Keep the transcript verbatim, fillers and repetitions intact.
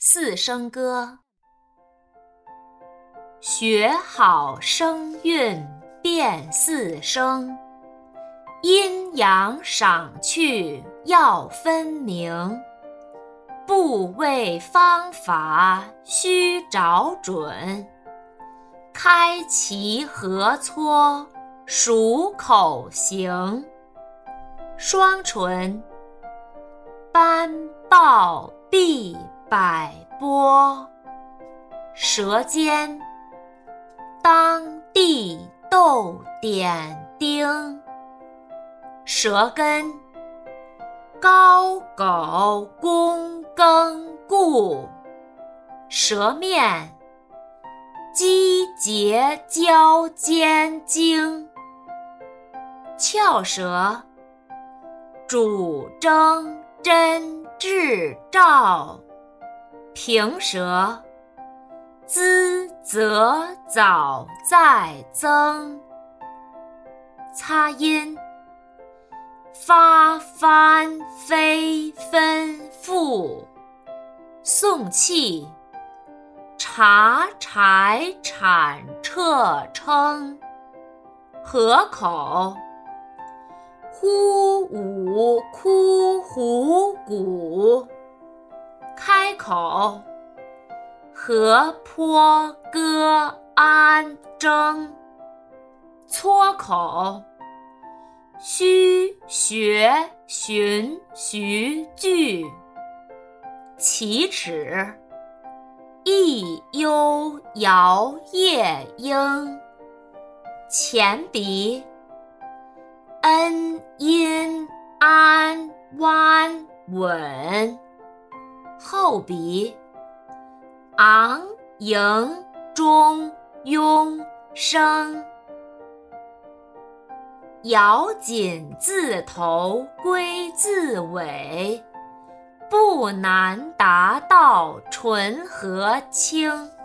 四声歌。学好声韵辨四声，阴阳赏去要分明。部位方法须找准，开齐合撮数口形。双唇斑豹闭百波，舌尖当地斗点丁。舌根高狗躬耕固，舌面击节交尖精。翘舌主争真志照，平舌滋则早再增。擦音发翻飞分复，送气查柴铲彻称。合口呼舞哭胡鼓，开口河坡歌安争。撮口须学循徐句，齐齿一悠摇夜莺。前鼻恩阴安弯稳，后鼻昂迎中庸声。咬紧字头归字尾，不难达到纯和清。